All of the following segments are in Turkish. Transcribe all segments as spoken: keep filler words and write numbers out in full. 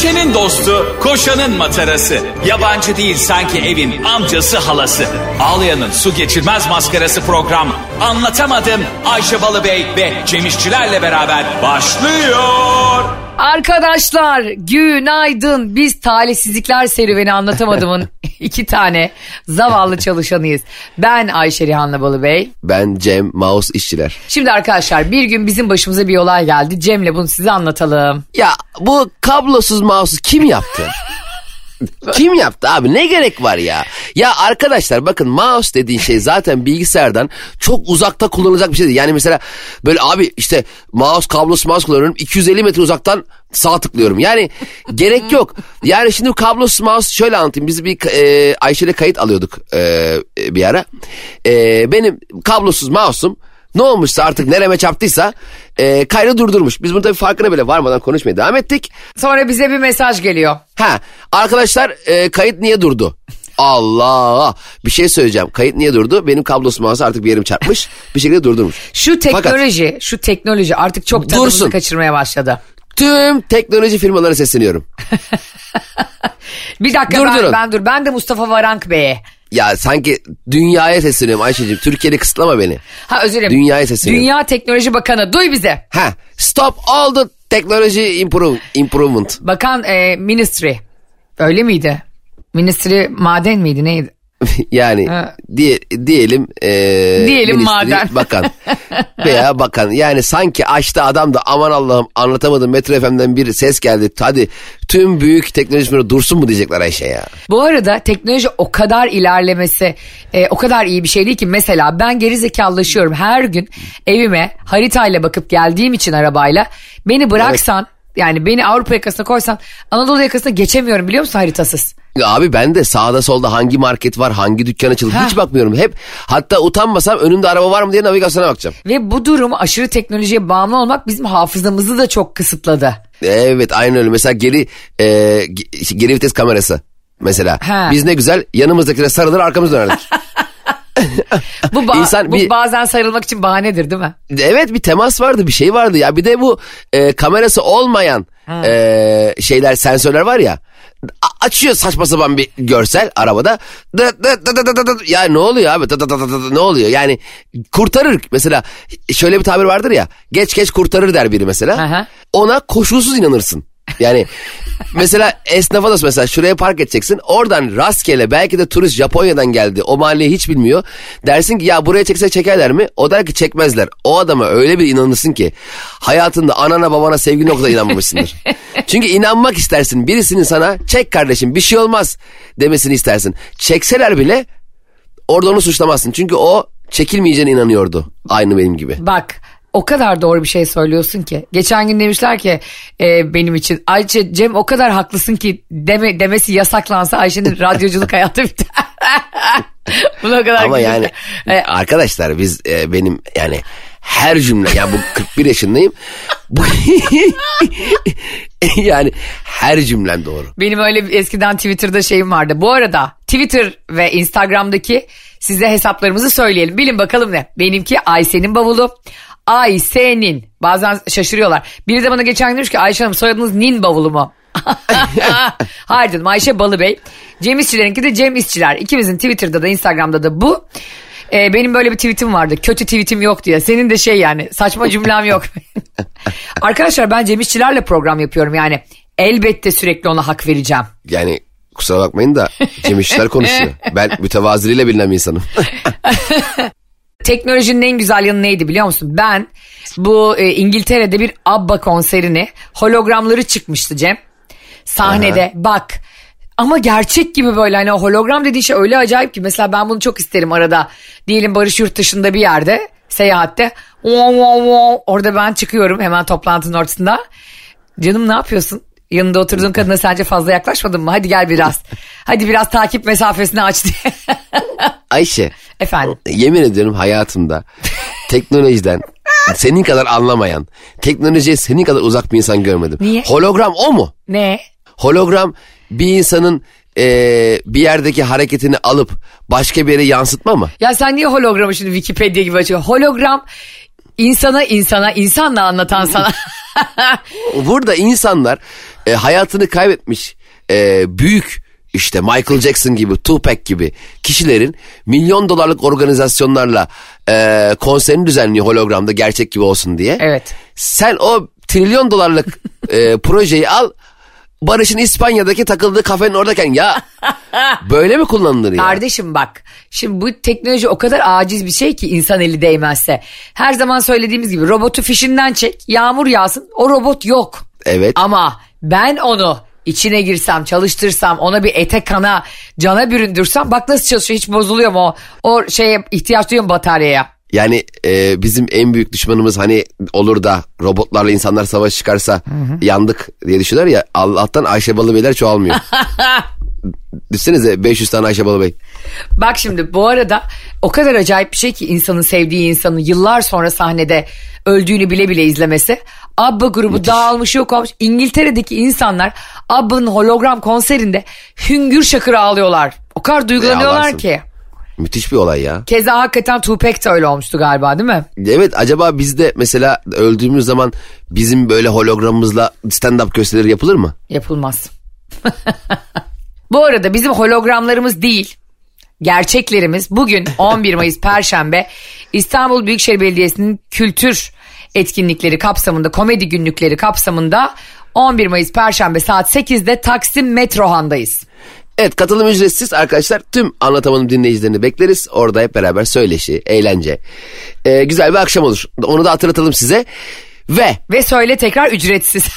Ayşe'nin dostu, koşanın matarası. Yabancı değil sanki evin amcası halası. Ağlayan'ın su geçirmez maskarası program. Anlatamadım Ayşe Balıbey ve Cem İşçilerle beraber başlıyor. Arkadaşlar günaydın. Biz talihsizlikler serüveni Anlatamadım'ın iki tane zavallı çalışanıyız. Ben Ayşe Rihanna Balıbey. Ben Cem Mouse İşçiler. Şimdi arkadaşlar bir gün bizim başımıza bir olay geldi. Cem'le bunu size anlatalım. Ya bu kablosuz mouse'u kim yaptı? Kim yaptı abi, ne gerek var ya? Ya arkadaşlar bakın, mouse dediğin şey zaten bilgisayardan çok uzakta kullanılacak bir şey değil. Yani mesela böyle abi işte mouse, kablosuz mouse kullanıyorum, iki yüz elli metre uzaktan sağ tıklıyorum. Yani gerek yok. Yani şimdi kablosuz mouse şöyle anlatayım. Biz bir e, Ayşe'yle kayıt alıyorduk e, bir ara. E, benim kablosuz mouse'um ne olmuşsa artık nereme çarptıysa e, kaydı durdurmuş. Biz bunun tabii farkına bile varmadan konuşmaya devam ettik. Sonra bize bir mesaj geliyor. Ha arkadaşlar e, kayıt niye durdu? Allah, bir şey söyleyeceğim. Kayıt niye durdu? Benim kablosuz mouse artık bir yerim çarpmış. Bir şekilde durdurmuş. Şu teknoloji, Fakat, şu teknoloji artık çok tadımızı dursun. kaçırmaya başladı. Tüm teknoloji firmalarına sesleniyorum. Bir dakika ben, ben dur. Ben de Mustafa Varank Bey'e. Ya sanki dünyaya sesleniyorum Ayşe'cim. Türkiye'de kısıtlama beni. Ha özür dilerim. Dünyaya sesleniyorum. Dünya Teknoloji Bakanı duy bize. Ha stop all the technology improve, improvement. Bakan e, ministry. Öyle miydi? Ministry maden miydi neydi? Yani diye, diyelim e, diyelim maden bakan veya bakan, yani sanki açtı adam da aman Allah'ım anlatamadım Metro F M'den bir ses geldi, hadi tüm büyük teknoloji firmaları dursun mu diyecekler Ayşe ya. Bu arada teknoloji o kadar ilerlemesi e, o kadar iyi bir şey değil ki. Mesela ben gerizekalılaşıyorum her gün evime haritayla bakıp geldiğim için arabayla, beni bıraksan evet. Yani beni Avrupa yakasına koysan Anadolu yakasına geçemiyorum biliyor musun haritasız? Abi ben de sağda solda hangi market var, hangi dükkan açıldı hiç bakmıyorum. Hep hatta utanmasam önümde araba var mı diye navigasyona bakacağım. Ve bu durum aşırı teknolojiye bağımlı olmak bizim hafızamızı da çok kısıtladı. Evet aynen öyle. Mesela geri e, geri vites kamerası mesela. Ha. Biz ne güzel yanımızdakilere sarılır arkamızı dönerdik. bu ba- İnsan bu bir, bazen sarılmak için bahanedir değil mi? Evet, bir temas vardı, bir şey vardı ya. Bir de bu e, kamerası olmayan e, şeyler, sensörler var ya. Açıyor saçma sapan bir görsel arabada. Dı dı dı dı dı dı. Ya ne oluyor abi? Dı dı dı dı dı. Ne oluyor? Yani kurtarır. Mesela şöyle bir tabir vardır ya. Geç geç kurtarır der biri mesela. Aha. Ona koşulsuz inanırsın. Yani mesela esnafa da mesela şuraya park edeceksin. Oradan rastgele belki de turist Japonya'dan geldi. O mahalleyi hiç bilmiyor. Dersin ki ya buraya çekse çekerler mi? O der ki çekmezler. O adama öyle bir inanırsın ki hayatında anana babana sevgilin o kadar inanmamışsındır. Çünkü inanmak istersin. Birisinin sana çek kardeşim bir şey olmaz demesini istersin. Çekseler bile orada onu suçlamazsın. Çünkü o çekilmeyeceğine inanıyordu. Aynı benim gibi. Bak. O kadar doğru bir şey söylüyorsun ki. Geçen gün demişler ki e, benim için Ayşe Cem o kadar haklısın ki deme, demesi yasaklansa Ayşe'nin radyoculuk hayatı biter. Buna kadar ama yani e, arkadaşlar biz e, benim yani her cümle yani bu kırk bir yaşındayım. Bu yani her cümlem doğru. Benim öyle eskiden Twitter'da şeyim vardı. Bu arada Twitter ve Instagram'daki size hesaplarımızı söyleyelim. Bilin bakalım ne? Benimki Ayşe'nin bavulu. Ayşe'nin. Bazen şaşırıyorlar. Biri de bana geçen gün demiş ki Ayşe Hanım soyadınız Nin bavulu mu? Hayır dedim, Ayşe Balıbey. Cem İşçilerinki de Cem İşçiler. İkimizin Twitter'da da Instagram'da da bu. Ee, benim böyle bir tweetim vardı. Kötü tweetim yok diye. Senin de şey yani saçma cümlem yok. Arkadaşlar ben Cem İşçilerle program yapıyorum yani. Elbette sürekli ona hak vereceğim. Yani kusura bakmayın da Cem İşçiler konuşuyor. Ben mütevaziliğiyle bilinen bir insanım. Teknolojinin en güzel yanı neydi biliyor musun? Ben bu e, İngiltere'de bir ABBA konserini hologramları çıkmıştı Cem. Sahnede aha. Bak ama gerçek gibi böyle hani hologram dediği şey öyle acayip ki. Mesela ben bunu çok isterim arada. Diyelim Barış yurt dışında bir yerde seyahatte. Orada ben çıkıyorum hemen toplantının ortasında. Canım ne yapıyorsun? Yanında oturduğun kadına sence fazla yaklaşmadın mı? Hadi gel biraz. Hadi biraz takip mesafesini aç diye. Ayşe. Efendim. Yemin ediyorum hayatımda teknolojiden senin kadar anlamayan, teknolojiye senin kadar uzak bir insan görmedim. Niye? Hologram o mu? Ne? Hologram bir insanın e, bir yerdeki hareketini alıp başka bir yere yansıtma mı? Ya sen niye hologramı şimdi Wikipedia gibi açıyorsun? Hologram insana insana insanla anlatan sana. Burada insanlar e, hayatını kaybetmiş e, büyük işte Michael Jackson gibi, Tupac gibi kişilerin milyon dolarlık organizasyonlarla e, konserini düzenliyor hologramda gerçek gibi olsun diye. Evet. Sen o trilyon dolarlık e, projeyi al, Barış'ın İspanya'daki takıldığı kafenin oradayken ya böyle mi kullanılır ya? Kardeşim bak, şimdi bu teknoloji o kadar aciz bir şey ki insan eli değmezse. Her zaman söylediğimiz gibi robotu fişinden çek, yağmur yağsın, o robot yok. Evet. Ama ben onu içine girsem, çalıştırsam, ona bir ete kana cana büründürsem bak nasıl çalışıyor, hiç bozuluyor mu o, o şeye ihtiyaç duyuyor mu bataryaya? Yani e, bizim en büyük düşmanımız hani olur da robotlarla insanlar savaş çıkarsa hı hı. yandık diye düşünüyor ya, Allah'tan Ayşe Balıbeyler çoğalmıyor. Düşünsenize beş yüz tane Ayşe Balıbey. Bak şimdi bu arada o kadar acayip bir şey ki insanın sevdiği insanın yıllar sonra sahnede öldüğünü bile bile izlemesi. ABBA grubu müthiş. Dağılmış yok olmuş. İngiltere'deki insanlar ABBA'nın hologram konserinde hüngür şakır ağlıyorlar. O kadar duygulanıyorlar ki. Müthiş bir olay ya. Keza hakikaten Tupac da öyle olmuştu galiba, değil mi? Evet, acaba bizde mesela öldüğümüz zaman bizim böyle hologramımızla stand-up gösterileri yapılır mı? Yapılmaz. Bu arada bizim hologramlarımız değil, gerçeklerimiz bugün on bir Mayıs Perşembe İstanbul Büyükşehir Belediyesi'nin kültür etkinlikleri kapsamında, komedi günlükleri kapsamında on bir Mayıs Perşembe saat sekizde Taksim Metrohan'dayız. Evet, katılım ücretsiz arkadaşlar. Tüm Anlatamadım dinleyicilerini bekleriz. Orada hep beraber söyleşi, eğlence. Ee, güzel bir akşam olur. Onu da hatırlatalım size. Ve... Ve söyle tekrar, ücretsiz.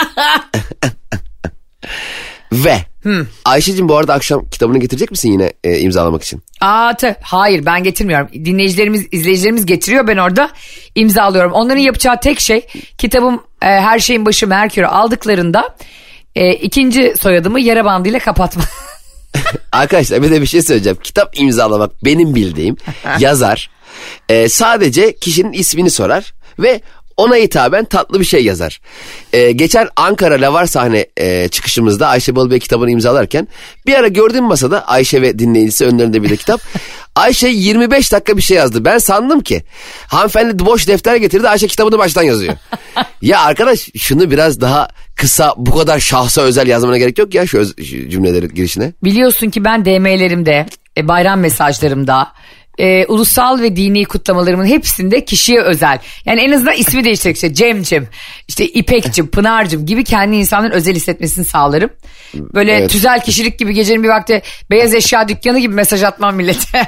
Ve... Hmm. Ayşe'cim bu arada akşam kitabını getirecek misin yine e, imzalamak için? Aa, te, hayır ben getirmiyorum. Dinleyicilerimiz, izleyicilerimiz getiriyor, ben orada imzalıyorum. Onların yapacağı tek şey kitabım e, Her Şeyin Başı Merkür'ü aldıklarında e, ikinci soyadımı yara bandıyla kapatma. Arkadaşlar bir de bir şey söyleyeceğim. Kitap imzalamak benim bildiğim yazar e, sadece kişinin ismini sorar ve ona hitaben tatlı bir şey yazar. Ee, geçen Ankara Lavar sahne e, çıkışımızda Ayşe Balıbey kitabını imzalarken bir ara gördüğüm masada Ayşe ve dinleyicisi önlerinde bir de kitap. Ayşe yirmi beş dakika bir şey yazdı. Ben sandım ki hanımefendi boş defter getirdi, Ayşe kitabını baştan yazıyor. Ya arkadaş, şunu biraz daha kısa, bu kadar şahsa özel yazmana gerek yok ya şu, öz, şu cümleleri girişine. Biliyorsun ki ben D M'lerimde, e, bayram mesajlarımda, Ee, ulusal ve dini kutlamalarımın hepsinde kişiye özel. Yani en azından ismi değiştirerek işte Cem'cim, işte İpek'cim, Pınar'cım gibi kendi insanların özel hissetmesini sağlarım. Böyle evet. Tüzel kişilik gibi gecenin bir vakti beyaz eşya dükkanı gibi mesaj atmam millete.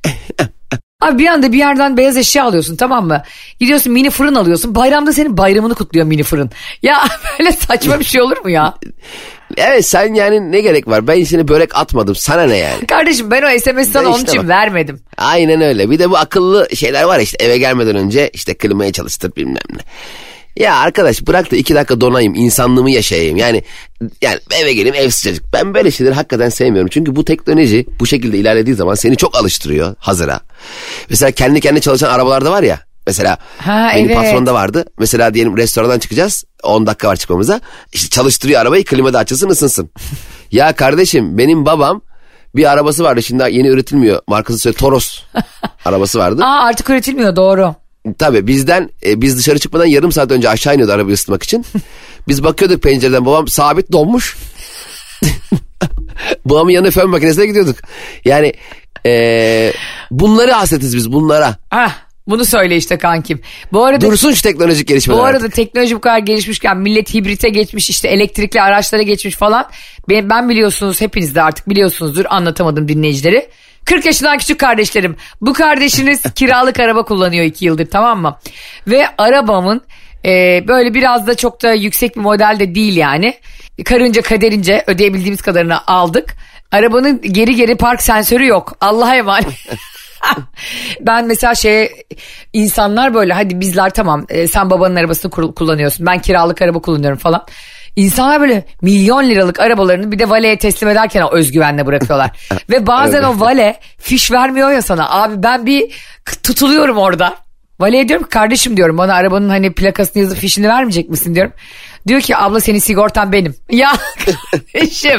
Abi bir anda bir yerden beyaz eşya alıyorsun, tamam mı? Gidiyorsun mini fırın alıyorsun. Bayramda senin bayramını kutluyor mini fırın. Ya böyle saçma bir şey olur mu ya? Evet, sen yani ne gerek var? Ben içine börek atmadım. Sana ne yani? Kardeşim ben o S M S'i sana onun için bak. vermedim. Aynen öyle. Bir de bu akıllı şeyler var işte, eve gelmeden önce işte klimayı çalıştır bilmem ne. Ya arkadaş bırak da iki dakika donayım, insanlığımı yaşayayım. Yani yani eve geleyim, ev sıcacık. Ben böyle şeyleri hakikaten sevmiyorum. Çünkü bu teknoloji bu şekilde ilerlediği zaman seni çok alıştırıyor hazıra. Mesela kendi kendine çalışan arabalarda var ya. Mesela ha, benim evet. patronda vardı. Mesela diyelim restorandan çıkacağız. on dakika var çıkmamıza. İşte çalıştırıyor arabayı, klima da açılsın, ısınsın. Ya kardeşim, benim babam bir arabası vardı. Şimdi yeni üretilmiyor. Markası söyle, Toros arabası vardı. Aa, artık üretilmiyor, doğru. Tabii bizden e, biz dışarı çıkmadan yarım saat önce aşağı iniyordu arabayı ısıtmak için. Biz bakıyorduk pencereden, babam sabit donmuş. Babamın yanına fön makinesine gidiyorduk. Yani e, bunları hasretiz biz, bunlara. Ah, bunu söyle işte kankim. Bu arada dursun şu teknolojik gelişmeler. Bu arada artık. Teknoloji bu kadar gelişmişken millet hibrite geçmiş, işte elektrikli araçlara geçmiş falan. Ben, ben biliyorsunuz, hepiniz de artık biliyorsunuzdur, anlatamadım dinleyicileri. kırk yaşından küçük kardeşlerim. Bu kardeşiniz kiralık araba kullanıyor iki yıldır, tamam mı? Ve arabamın e, böyle biraz da çok da yüksek bir model de değil yani. Karınca kaderince ödeyebildiğimiz kadarını aldık. Arabanın geri geri park sensörü yok. Allah'a emanet. Ben mesela şey, insanlar böyle hadi bizler tamam e, sen babanın arabasını kullanıyorsun, ben kiralık araba kullanıyorum falan. İnsanlar böyle milyon liralık arabalarını bir de valeye teslim ederken o özgüvenle bırakıyorlar. Ve bazen o vale fiş vermiyor ya sana. Abi ben bir tutuluyorum orada. Valeye diyorum ki kardeşim diyorum, bana arabanın hani plakasını yazıp fişini vermeyecek misin diyorum. Diyor ki abla senin sigortan benim. Ya kardeşim.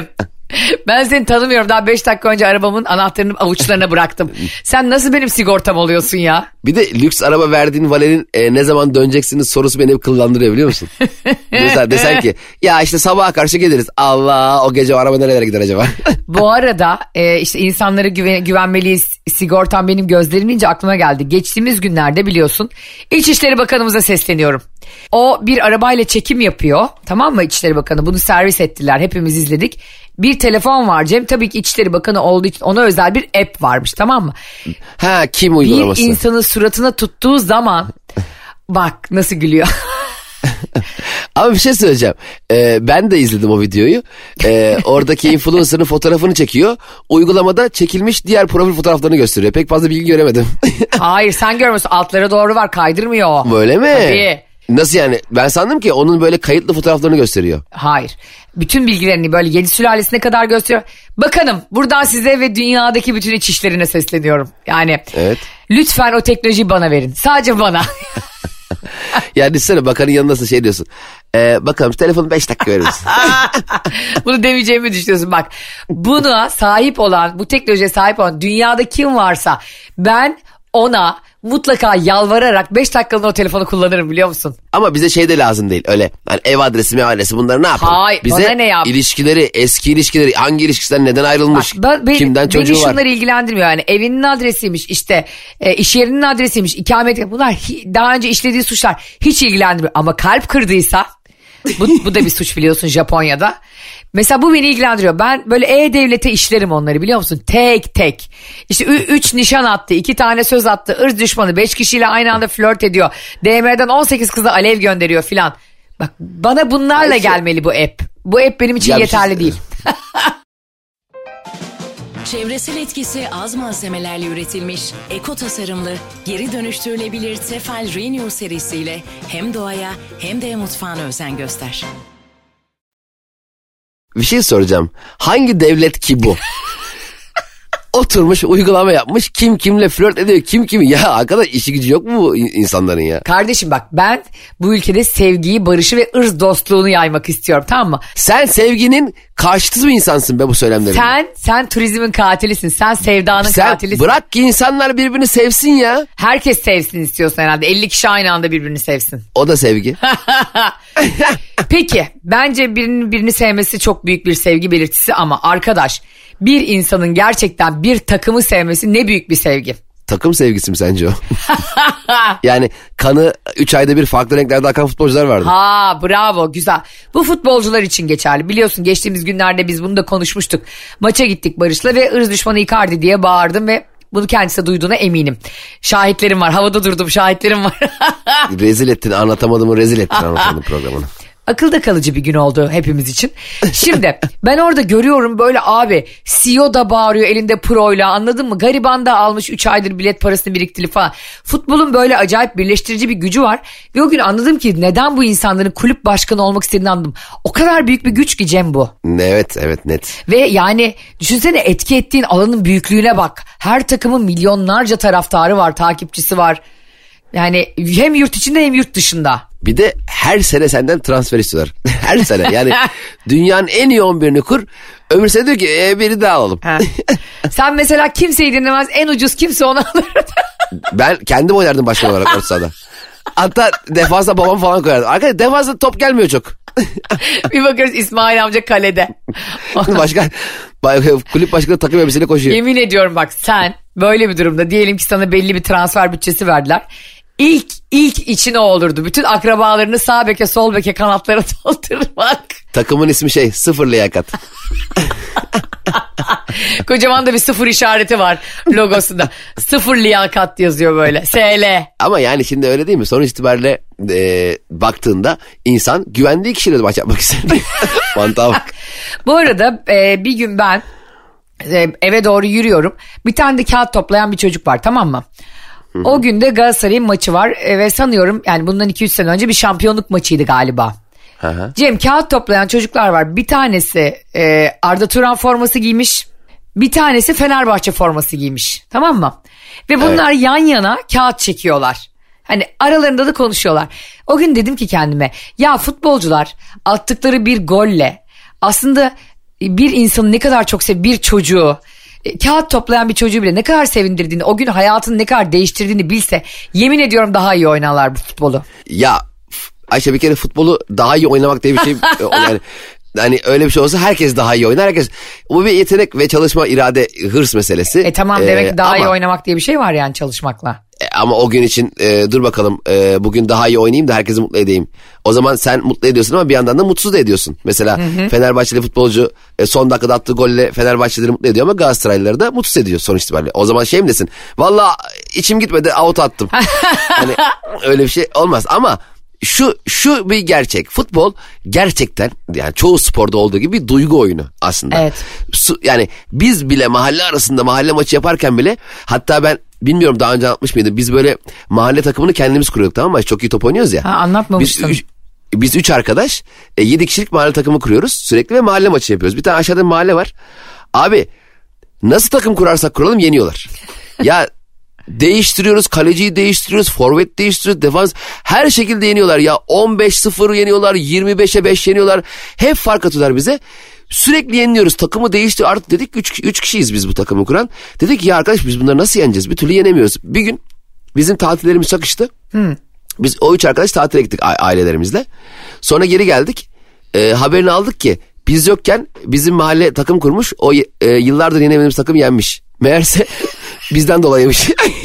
Ben seni tanımıyorum. Daha beş dakika önce arabamın anahtarını avuçlarına bıraktım. Sen nasıl benim sigortam oluyorsun ya? Bir de lüks araba verdiğin valenin e, ne zaman döneceksiniz sorusu beni hep kıllandırıyor biliyor musun? Mesela desen ki ya işte sabaha karşı geliriz. Allah, o gece o araba nerelere gider acaba? Bu arada e, işte insanlara güven, güvenmeliyiz. Sigortam benim gözlerim ince aklıma geldi. Geçtiğimiz günlerde biliyorsun İçişleri Bakanımıza sesleniyorum. O bir arabayla çekim yapıyor. Tamam mı İçişleri Bakanı? Bunu servis ettiler. Hepimiz izledik. Bir telefon var Cem. Tabii ki İçişleri Bakanı olduğu için ona özel bir app varmış, tamam mı? Ha, kim uygulaması? Bir insanın suratına tuttuğu zaman bak nasıl gülüyor. Ama bir şey söyleyeceğim. Ee, ben de izledim o videoyu. Ee, oradaki influencer'ın fotoğrafını çekiyor. Uygulamada çekilmiş diğer profil fotoğraflarını gösteriyor. Pek fazla bilgi göremedim. Hayır, sen görmüyorsun. Altlara doğru var, kaydırmıyor o. Böyle mi? Tabii. Nasıl yani? Ben sandım ki onun böyle kayıtlı fotoğraflarını gösteriyor. Hayır. Bütün bilgilerini böyle yedi sülalesine kadar gösteriyor. Bakanım, buradan size ve dünyadaki bütün iç işlerine sesleniyorum. Yani evet. Lütfen o teknolojiyi bana verin. Sadece bana. Yani düşünsene, bakanın yanındasın, şey diyorsun. Ee, bakalım telefonu beş dakika verir misin? Bunu demeyeceğimi düşünüyorsun bak. Buna sahip olan, bu teknolojiye sahip olan dünyada kim varsa ben ona mutlaka yalvararak beş dakikalığına o telefonu kullanırım, biliyor musun? Ama bize şey de lazım değil öyle. Yani ev adresi mi adresi, bunları ne yapalım? Hayır, bize bana ne yap? ilişkileri, eski ilişkileri, hangi ilişkiden neden ayrılmış, Bak, ben, kimden beni, çocuğu beni var. şunları ilgilendirmiyor yani. Evinin adresiymiş, işte e, iş yerinin adresiymiş, ikamet, bunlar hi, daha önce işlediği suçlar hiç ilgilendirmiyor. Ama kalp kırdıysa bu, bu da bir suç biliyorsun Japonya'da. Mesela bu beni ilgilendiriyor. Ben böyle E-Devlet'e işlerim onları, biliyor musun? Tek tek. İşte ü- üç nişan attı, iki tane söz attı, ırz düşmanı, beş kişiyle aynı anda flört ediyor. D M'den on sekiz kıza alev gönderiyor filan. Bak, bana bunlarla Ayşe, gelmeli bu app. Bu app benim için ya yeterli şey... değil. Çevresel etkisi az malzemelerle üretilmiş, eko tasarımlı, geri dönüştürülebilir Tefal Renew serisiyle hem doğaya hem de mutfağına özen göster. Bir şey soracağım. Hangi devlet ki bu? Oturmuş uygulama yapmış, kim kimle flört ediyor, kim kimi. Ya arkadaş, işi gücü yok mu bu insanların ya? Kardeşim bak, ben bu ülkede sevgiyi, barışı ve ırz dostluğunu yaymak istiyorum, tamam mı? Sen sevginin karşıtı bir insansın be bu söylemlerin. Sen sen turizmin katilisin. Sen sevdanın Sen katilisin. bırak ki insanlar birbirini sevsin ya. Herkes sevsin istiyorsun herhalde. elli kişi aynı anda birbirini sevsin. O da sevgi. Peki, bence birinin birini sevmesi çok büyük bir sevgi belirtisi ama arkadaş, bir insanın gerçekten bir takımı sevmesi ne büyük bir sevgi. Takım sevgisi mi sence o? Yani kanı üç ayda bir farklı renklerde akan futbolcular vardı. Ha, bravo, güzel. Bu futbolcular için geçerli. Biliyorsun geçtiğimiz günlerde biz bunu da konuşmuştuk. Maça gittik Barış'la ve ırz düşmanı Icardi diye bağırdım ve bunu kendisi duyduğuna eminim. Şahitlerim var, havada durdum, şahitlerim var. Rezil ettin, anlatamadığımı rezil ettin anlatamadım programını. Akılda kalıcı bir gün oldu hepimiz için. Şimdi ben orada görüyorum böyle abi, C E O da bağırıyor elinde proyla, anladın mı? Gariban da almış üç aydır bilet parasını biriktirip falan. Futbolun böyle acayip birleştirici bir gücü var. Ve o gün anladım ki neden bu insanların kulüp başkanı olmak istediğini anladım. O kadar büyük bir güç ki Cem bu. Evet evet net. Ve yani düşünsene, etki ettiğin alanın büyüklüğüne bak. Her takımın milyonlarca taraftarı var, takipçisi var. Yani hem yurt içinde hem yurt dışında. Bir de her sene senden transfer istiyorlar. Her sene yani dünyanın en iyi on birini kur. Öbür sene diyor ki e, biri daha alalım. Sen mesela kimseyi dinlemez, en ucuz kimse onu alır. Ben kendim oynardım başkan olarak orta sahada. Hatta defansa babam falan koyardım. Arkadaşlar defansa top gelmiyor çok. Bir bakıyoruz İsmail amca kalede. Başkan, kulüp başkanı takım elbiseyle koşuyor. Yemin ediyorum bak, sen böyle bir durumda diyelim ki sana belli bir transfer bütçesi verdiler. İlk ilk için o olurdu. Bütün akrabalarını sağ beke sol beke kanatlara doldurmak. Takımın ismi şey, sıfır liyakat. Kocaman da bir sıfır işareti var logosunda. Sıfır liyakat yazıyor böyle. S L. Ama yani şimdi öyle değil mi? Sonuç itibariyle e, baktığında insan güvendiği kişiyle maç yapmak ister. Mantığa bak. Bu arada e, bir gün ben e, eve doğru yürüyorum. Bir tane de kağıt toplayan bir çocuk var, tamam mı? Hı-hı. O gün de Galatasaray'ın maçı var e, ve sanıyorum yani bundan iki üç sene önce bir şampiyonluk maçıydı galiba. Hı-hı. Cem, kağıt toplayan çocuklar var. Bir tanesi e, Arda Turan forması giymiş. Bir tanesi Fenerbahçe forması giymiş. Tamam mı? Ve bunlar evet, yan yana kağıt çekiyorlar. Hani aralarında da konuşuyorlar. O gün dedim ki kendime, ya futbolcular attıkları bir golle aslında bir insanı ne kadar çok sev, bir çocuğu, e, kağıt toplayan bir çocuğu bile ne kadar sevindirdiğini, o gün hayatını ne kadar değiştirdiğini bilse, yemin ediyorum daha iyi oynarlar bu futbolu. Ya Ayşe, bir kere futbolu daha iyi oynamak diye bir şey yani hani öyle bir şey olsa herkes daha iyi oynar. Herkes, bu bir yetenek ve çalışma, irade, hırs meselesi. E tamam, demek ee, daha ama, iyi oynamak diye bir şey var yani çalışmakla. E, ama o gün için e, dur bakalım e, bugün daha iyi oynayayım da herkesi mutlu edeyim. O zaman sen mutlu ediyorsun ama bir yandan da mutsuz da ediyorsun. Mesela hı hı. Fenerbahçeli futbolcu e, son dakikada attığı golle Fenerbahçelileri mutlu ediyor ama Galatasaraylıları da mutsuz ediyor sonuç itibariyle. O zaman şey mi desin? Valla içim gitmedi, out attım. Hani öyle bir şey olmaz ama Şu şu bir gerçek. Futbol gerçekten, yani çoğu sporda olduğu gibi bir duygu oyunu aslında. Evet. Su, yani biz bile mahalle arasında mahalle maçı yaparken bile, hatta ben bilmiyorum daha önce anlatmış mıydım, biz böyle mahalle takımını kendimiz kuruyorduk, tamam mı? Çok iyi top oynuyoruz ya. Ha, anlatmamıştın. Biz üç, biz üç arkadaş e, yedi kişilik mahalle takımı kuruyoruz sürekli ve mahalle maçı yapıyoruz. Bir tane aşağıda bir mahalle var. Abi nasıl takım kurarsak kuralım yeniyorlar. Ya değiştiriyoruz, kaleciyi değiştiriyoruz, forvet değiştiriyoruz, defans, her şekilde yeniyorlar ya. on beş sıfır yeniyorlar, yirmi beşe beş yeniyorlar. Hep fark atıyorlar bize. Sürekli yeniliyoruz. Takımı değişti. Artık dedik üç kişiyiz biz bu takımı kuran. Dedik ya arkadaş, biz bunları nasıl yeneceğiz? Bir türlü yenemiyoruz. Bir gün bizim tatillerimiz çakıştı. Hmm. Biz o üç arkadaş tatile gittik ailelerimizle. Sonra geri geldik. E, haberini aldık ki biz yokken bizim mahalle takım kurmuş. O e, yıllardır yenemediğimiz takım yenmiş. Meğerse bizden dolayıymış.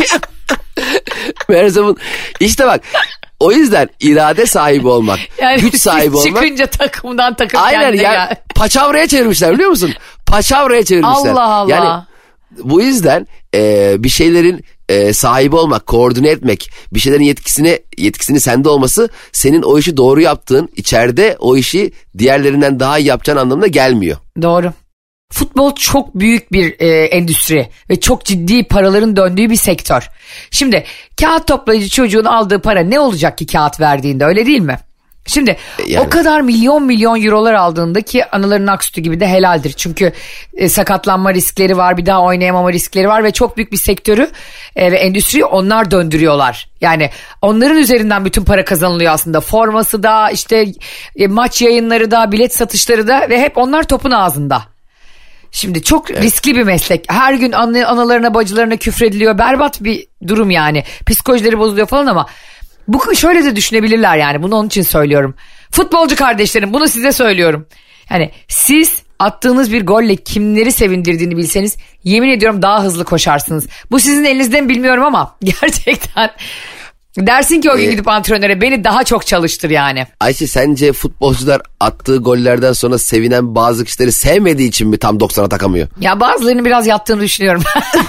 Meğerse bu, işte bak, o yüzden irade sahibi olmak, yani güç sahibi olmak. Çıkınca takımdan takım aynen kendine ya, gel. Paçavraya çevirmişler, biliyor musun? Paçavraya çevirmişler. Allah Allah. Yani bu yüzden e, bir şeylerin e, sahibi olmak, koordine etmek, bir şeylerin yetkisini yetkisini sende olması, senin o işi doğru yaptığın, içeride o işi diğerlerinden daha iyi yapacağın anlamına gelmiyor. Doğru. Futbol çok büyük bir e, endüstri ve çok ciddi paraların döndüğü bir sektör. Şimdi kağıt toplayıcı çocuğun aldığı para ne olacak ki kağıt verdiğinde, öyle değil mi? Şimdi yani, o kadar milyon milyon eurolar aldığında ki anıların aksütü gibi de helaldir. Çünkü e, sakatlanma riskleri var, bir daha oynayamama riskleri var ve çok büyük bir sektörü e, ve endüstriyi onlar döndürüyorlar. Yani onların üzerinden bütün para kazanılıyor aslında. Forması da, işte e, maç yayınları da, bilet satışları da ve hep onlar topun ağzında. Şimdi çok evet. riskli bir meslek. Her gün anne, analarına, bacılarına küfrediliyor. Berbat bir durum yani. Psikolojileri bozuluyor falan ama bu şöyle de düşünebilirler yani. Bunu onun için söylüyorum. Futbolcu kardeşlerim, bunu size söylüyorum. Yani siz attığınız bir golle kimleri sevindirdiğini bilseniz, yemin ediyorum daha hızlı koşarsınız. Bu sizin elinizde mi bilmiyorum ama gerçekten dersin ki o gün ee, gidip antrenöre beni daha çok çalıştır yani. Ayşe, sence futbolcular attığı gollerden sonra sevinen bazı kişileri sevmediği için mi tam doksana takamıyor? Ya bazılarının biraz yattığını düşünüyorum.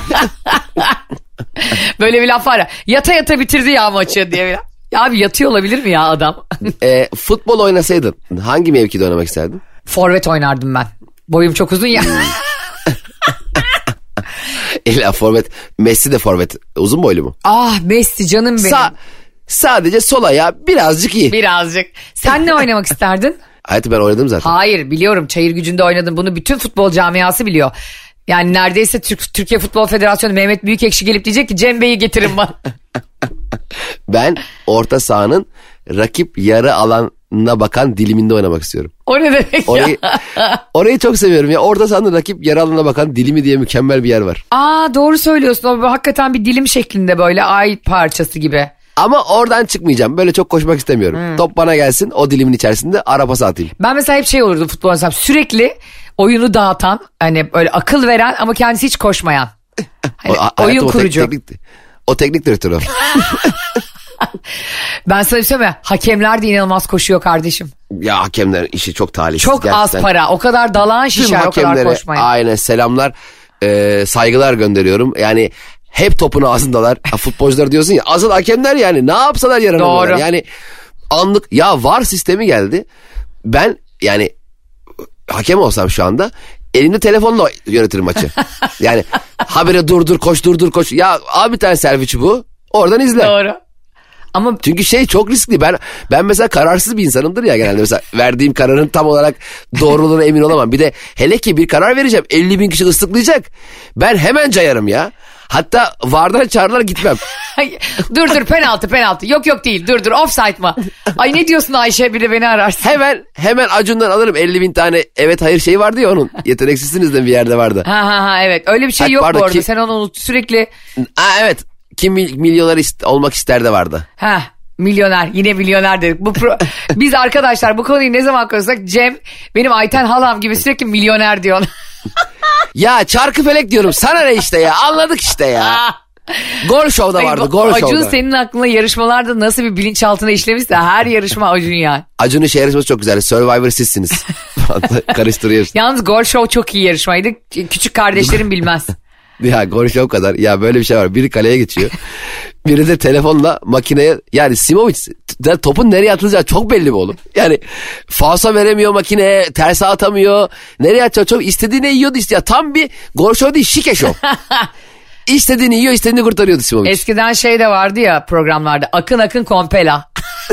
Böyle bir laf var ya, yata yata bitirdi ya maçı diye bir laf. Ya abi, yatıyor olabilir mi ya adam? e, futbol oynasaydın hangi mevkide oynamak isterdin? Forvet oynardım ben. Boyum çok uzun ya. İlla forvet. Messi de forvet. Uzun boylu mu? Ah Messi canım benim. Sa- sadece sol ayağı birazcık iyi. Birazcık. Sen ne oynamak isterdin? Hayatım, ben oynadım zaten. Hayır, biliyorum, Çayır Gücü'nde oynadım. Bunu bütün futbol camiası biliyor. Yani neredeyse Türk, Türkiye Futbol Federasyonu Mehmet Büyükekşi gelip diyecek ki Cem Bey'i getirin bana. Ben orta sahanın rakip yarı alanına bakan diliminde oynamak istiyorum. O ne demek orayı, ya? Orayı çok seviyorum ya. Orta sahanın rakip yarı alanına bakan dilimi diye mükemmel bir yer var. Aa, doğru söylüyorsun. O hakikaten bir dilim şeklinde, böyle ay parçası gibi. Ama oradan çıkmayacağım. Böyle çok koşmak istemiyorum. Hmm. Top bana gelsin, o dilimin içerisinde ara pas atayım. Ben mesela hep şey olurdu futbol oynasam, sürekli oyunu dağıtan, hani böyle akıl veren ama kendisi hiç koşmayan. Hani o, oyun kurucu. O teknik, o teknik direktör o. Ben sana bir şey söyleyeyim mi? Hakemler de inanılmaz koşuyor kardeşim. Ya hakemler işi çok talihsiz. Çok gerçekten. Az para. O kadar dalağın şişer, o kadar koşmaya. Aynen, selamlar, e, saygılar gönderiyorum. Yani hep topun ağzındalar. Futbolcular diyorsun ya, asıl hakemler yani ne yapsalar yaranamıyorlar. Doğru. Yani anlık ya, V A R sistemi geldi. Ben yani hakem olsam şu anda elimde telefonla yönetirim maçı. Yani habire dur dur koş dur dur koş. Ya abi, bir tane serviçi bu. Oradan izle. Doğru. Ama çünkü şey çok riskli. Ben ben mesela kararsız bir insanımdır ya genelde. Mesela verdiğim kararın tam olarak doğruluğuna emin olamam. Bir de hele ki bir karar vereceğim, elli bin kişi ıslıklayacak. Ben hemen cayarım ya. Hatta vardan çağırırlar gitmem. dur dur penaltı penaltı. Yok yok değil dur dur offside mı? Ay ne diyorsun Ayşe, bir de beni ararsın. Hemen hemen Acun'dan alırım elli bin tane evet hayır şey vardı ya onun. Yeteneksizsiniz de bir yerde vardı. Ha ha ha evet öyle bir şey Ha, yok pardon, bu arada. ki- Sen onu unut sürekli. Aa, evet kim milyoner ist- olmak ister de vardı. Ha milyoner, yine milyoner dedik. Bu pro- Biz arkadaşlar bu konuyu ne zaman konuşsak Cem benim Ayten halam gibi sürekli milyoner diyor. Ya Çarkıfelek diyorum sana ne işte ya anladık işte ya. Gol Show'da vardı Ay, Gol Acun Show'da. senin aklına yarışmalarda nasıl bir bilinçaltına işlemişse her yarışma Acun yani. Acun'un şey yarışması çok güzel. Survivor sizsiniz. Karıştırıyorsun. Yalnız Gol Show çok iyi yarışmaydı. Küçük kardeşlerim bilmez. Ya Gol Show kadar. Ya böyle bir şey var. Biri kaleye geçiyor. Biri de telefonla makineye yani Simovic topun nereye atılacağı çok belli mi oğlum? Yani falsa veremiyor makineye, terse atamıyor. Nereye atacağı çok istediğini yiyordu işte. Ya tam bir Gol Show değil, şike show. İstediğini yiyor, istediğini kurtarıyordu Simovic. Eskiden şey de vardı ya programlarda. Akın Akın Kompela.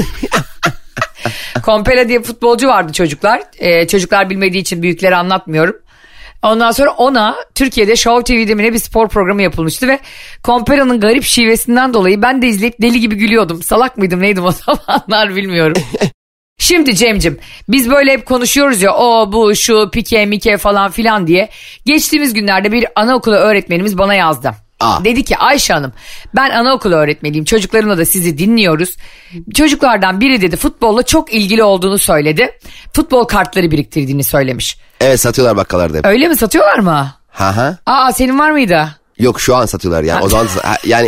Kompela diye futbolcu vardı çocuklar. Ee, çocuklar bilmediği için büyükleri anlatmıyorum. Ondan sonra ona Türkiye'de Show T V'de mi ne bir spor programı yapılmıştı ve Kompela'nın garip şivesinden dolayı ben de izleyip deli gibi gülüyordum. Salak mıydım neydim o zamanlar bilmiyorum. Şimdi Cem'cim biz böyle hep konuşuyoruz ya o bu şu pike mike falan filan diye. Geçtiğimiz günlerde bir anaokulu öğretmenimiz bana yazdı. Aa. Dedi ki Ayşe Hanım ben anaokulu öğretmeniyim, çocuklarımla da sizi dinliyoruz. Çocuklardan biri dedi futbolla çok ilgili olduğunu söyledi. Futbol kartları biriktirdiğini söylemiş. Evet satıyorlar bakkalarda hep. Öyle mi, satıyorlar mı? Ha ha. Aa senin var mıydı? Yok şu an satıyorlar yani. O zaman ha, yani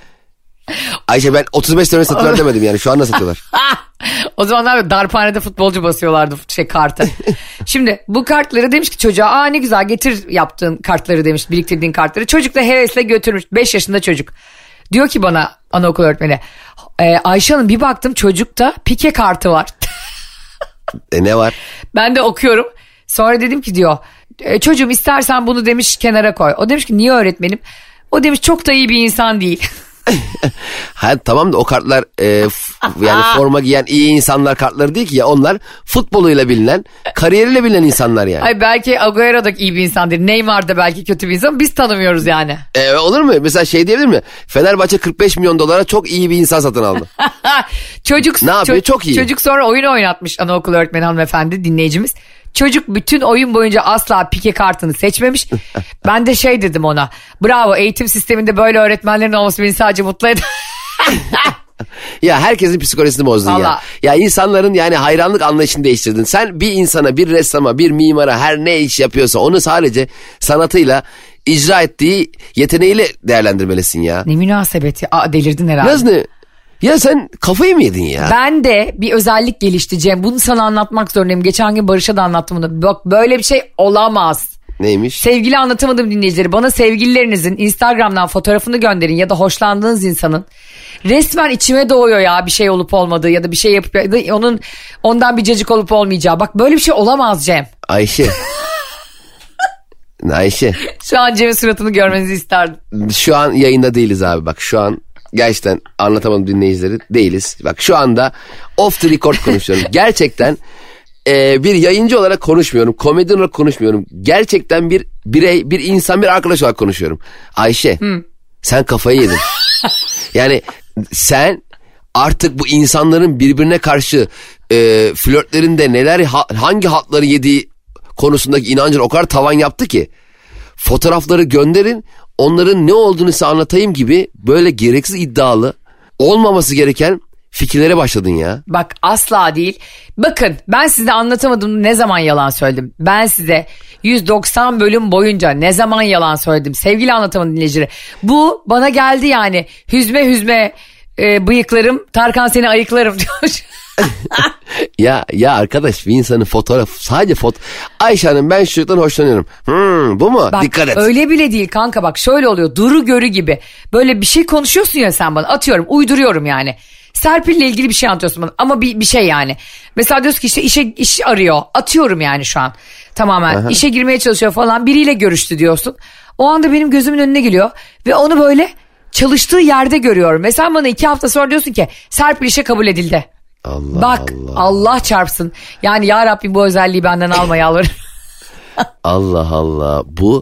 Ayşe ben otuz beş sene satıyorlar demedim yani şu anda satıyorlar. O zamanlar darphanede futbolcu basıyorlardı şey kartı. Şimdi bu kartları demiş ki çocuğa aa ne güzel getir yaptığın kartları demiş, biriktirdiğin kartları. Çocuk da hevesle götürmüş, beş yaşında çocuk. Diyor ki bana anaokul öğretmeni e, Ayşe Hanım bir baktım çocukta pike kartı var. E ne var? Ben de okuyorum. Sonra dedim ki diyor e, çocuğum istersen bunu demiş kenara koy. O demiş ki niye öğretmenim? O demiş çok da iyi bir insan değil. Ha tamam da o kartlar e, f- yani forma giyen iyi insanlar kartları değil ki ya, onlar futboluyla bilinen, kariyeriyle bilinen insanlar yani. Ay belki Agüero da iyi bir insandır. Neymar da belki kötü bir insan. Biz tanımıyoruz yani. E, olur mu? Mesela şey diyebilir mi? Fenerbahçe kırk beş milyon dolara çok iyi bir insan satın aldı. Çocuk Ne yapıyor? ço- Çok iyi. Çocuk sonra oyun oynatmış anaokul öğretmeni hanımefendi dinleyicimiz. Çocuk bütün oyun boyunca asla pike kartını seçmemiş. Ben de şey dedim ona. Bravo, eğitim sisteminde böyle öğretmenlerin olması beni sadece mutlu eder. Ya herkesin psikolojisini bozdun ya. Vallahi. Ya insanların yani hayranlık anlayışını değiştirdin. Sen bir insana, bir ressama, bir mimara her ne iş yapıyorsa onu sadece sanatıyla icra ettiği yeteneğiyle değerlendirmelisin ya. Ne münasebeti. Aa, delirdin herhalde. Yaz ne? Ya sen kafayı mı yedin ya? Ben de bir özellik gelişti Cem. Bunu sana anlatmak zorundayım. Geçen gün Barış'a da anlattım bunu. Bak böyle bir şey olamaz. Neymiş? Sevgili anlatamadım dinleyicileri, bana sevgililerinizin Instagram'dan fotoğrafını gönderin ya da hoşlandığınız insanın resmen içime doğuyor ya bir şey olup olmadığı ya da bir şey yapıp ya da onun ondan bir cacık olup olmayacağı. Bak böyle bir şey olamaz Cem. Ayşe. Ayşe. Şu an Cem'in suratını görmenizi isterdim. Şu an yayında değiliz abi, bak şu an gerçekten anlatamadım dinleyicileri değiliz. Bak şu anda off the record konuşuyorum. Gerçekten e, bir yayıncı olarak konuşmuyorum. Komedyen olarak konuşmuyorum. Gerçekten bir birey, bir insan, bir arkadaş olarak konuşuyorum. Ayşe Hı. sen kafayı yedin. Yani sen artık bu insanların birbirine karşı e, flörtlerinde neler ha, hangi hatları yediği konusundaki inancın o kadar tavan yaptı ki fotoğrafları gönderin, onların ne olduğunu size anlatayım gibi böyle gereksiz iddialı olmaması gereken fikirlere başladın ya. Bak asla değil. Bakın ben size anlatamadım ne zaman yalan söyledim. Ben size yüz doksan bölüm boyunca ne zaman yalan söyledim. Sevgili anlatamadım dinleyicileri. Bu bana geldi yani. Hüzme hüzme e, bıyıklarım, Tarkan seni ayıklarım diyor. ya ya arkadaş, bir insanın fotoğraf sadece foto. Ayşe Hanım ben şu çocuktan hoşlanıyorum. Hmm, bu mu? Bak, dikkat et. Öyle bile değil kanka, bak şöyle oluyor. Duru görü gibi. Böyle bir şey konuşuyorsun ya sen bana. Atıyorum, uyduruyorum yani. Serpil'le ilgili bir şey anlatıyorsun bana ama bir, bir şey yani. Mesela diyorsun ki işte işe iş arıyor. Atıyorum yani şu an. Tamamen Aha. işe girmeye çalışıyor falan. Biriyle görüştü diyorsun. O anda benim gözümün önüne geliyor. Ve onu böyle çalıştığı yerde görüyorum. Mesela bana iki hafta sonra diyorsun ki Serpil işe kabul edildi. Allah Bak Allah. Allah çarpsın. Yani ya Rabbim bu özelliği benden alma yalvarırım. Allah Allah. Bu